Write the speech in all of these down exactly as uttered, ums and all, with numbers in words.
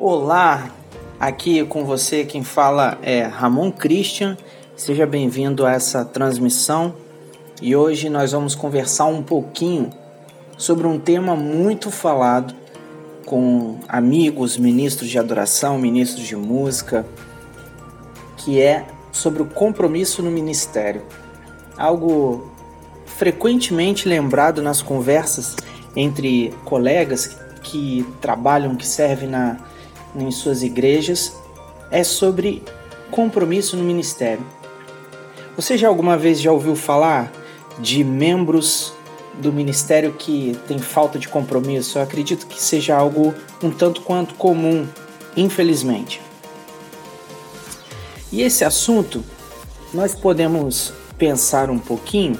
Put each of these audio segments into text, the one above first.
Olá, aqui com você quem fala é Ramon Christian, seja bem-vindo a essa transmissão e hoje nós vamos conversar um pouquinho sobre um tema muito falado com amigos, ministros de adoração, ministros de música, que é sobre o compromisso no ministério, algo frequentemente lembrado nas conversas entre colegas que trabalham, que servem na em suas igrejas, é sobre compromisso no ministério. Você já alguma vez já ouviu falar de membros do ministério que têm falta de compromisso? Eu acredito que seja algo um tanto quanto comum, infelizmente. E esse assunto, nós podemos pensar um pouquinho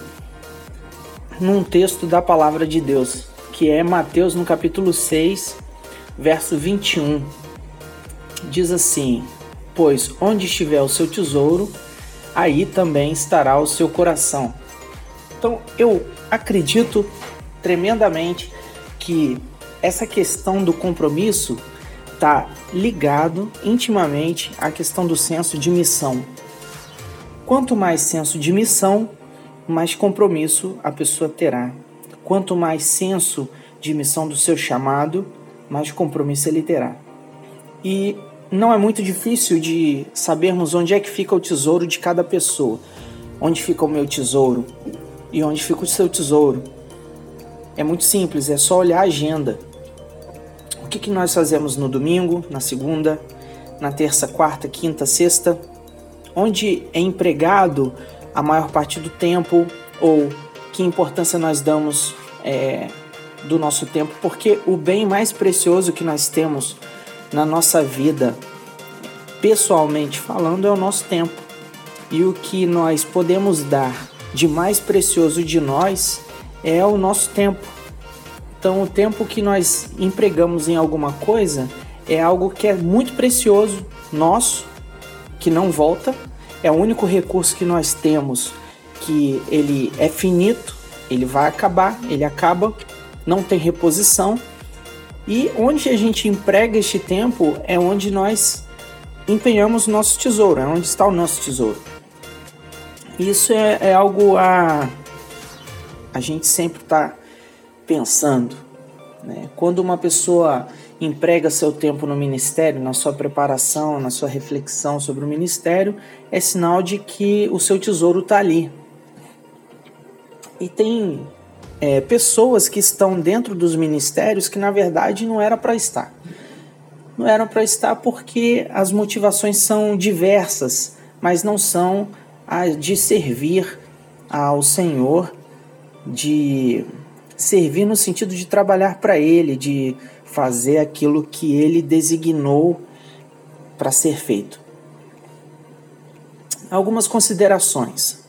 num texto da Palavra de Deus, que é Mateus no capítulo seis, verso vinte e um. Diz assim: pois onde estiver o seu tesouro, aí também estará o seu coração. Então eu acredito tremendamente que essa questão do compromisso está ligado intimamente à questão do senso de missão. Quanto mais senso de missão, mais compromisso a pessoa terá. Quanto mais senso de missão do seu chamado, mais compromisso ele terá. E não é muito difícil de sabermos onde é que fica o tesouro de cada pessoa. Onde fica o meu tesouro e onde fica o seu tesouro. É muito simples, é só olhar a agenda. O que, que nós fazemos no domingo, na segunda, na terça, quarta, quinta, sexta? Onde é empregado a maior parte do tempo, ou que importância nós damos é, do nosso tempo, porque o bem mais precioso que nós temos na nossa vida, pessoalmente falando, é o nosso tempo. E o que nós podemos dar de mais precioso de nós é o nosso tempo. Então, o tempo que nós empregamos em alguma coisa é algo que é muito precioso, nosso, que não volta, é o único recurso que nós temos, que ele é finito, ele vai acabar, ele acaba, não tem reposição. E onde a gente emprega este tempo é onde nós empenhamos o nosso tesouro, é onde está o nosso tesouro. Isso é, é algo a, a gente sempre está pensando, né? Quando uma pessoa emprega seu tempo no ministério, na sua preparação, na sua reflexão sobre o ministério, é sinal de que o seu tesouro está ali. E tem É, pessoas que estão dentro dos ministérios que na verdade não era para estar. Não eram para estar porque as motivações são diversas, mas não são a de servir ao Senhor, de servir no sentido de trabalhar para Ele, de fazer aquilo que Ele designou para ser feito. Algumas considerações.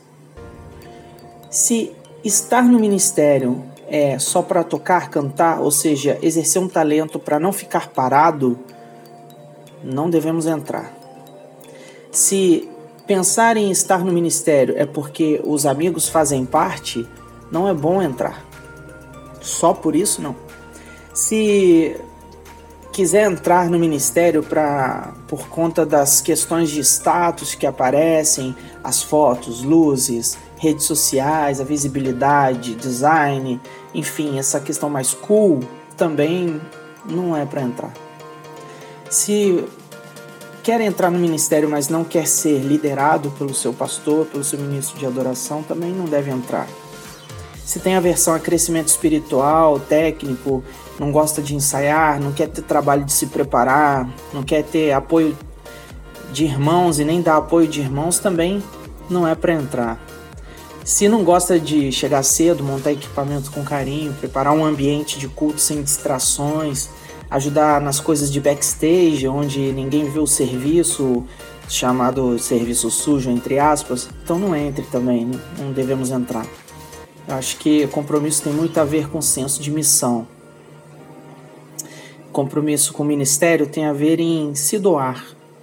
Se estar no ministério é só para tocar, cantar, ou seja, exercer um talento para não ficar parado, não devemos entrar. Se pensar em estar no ministério é porque os amigos fazem parte, não é bom entrar. Só por isso, não. Se quiser entrar no ministério pra, por conta das questões de status que aparecem, as fotos, luzes, redes sociais, a visibilidade, design, enfim, essa questão mais cool, também não é para entrar. Se quer entrar no ministério, mas não quer ser liderado pelo seu pastor, pelo seu ministro de adoração, também não deve entrar. Se tem aversão a crescimento espiritual, técnico, não gosta de ensaiar, não quer ter trabalho de se preparar, não quer ter apoio de irmãos e nem dar apoio de irmãos, também não é para entrar. Se não gosta de chegar cedo, montar equipamento com carinho, preparar um ambiente de culto sem distrações, ajudar nas coisas de backstage, onde ninguém vê o serviço, chamado serviço sujo, entre aspas, então não entre também, não devemos entrar. Eu acho que compromisso tem muito a ver com senso de missão. Compromisso com o ministério tem a ver em se doar.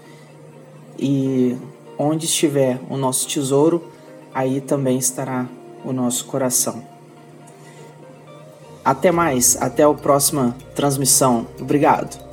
E onde estiver o nosso tesouro, aí também estará o nosso coração. Até mais, até a próxima transmissão. Obrigado.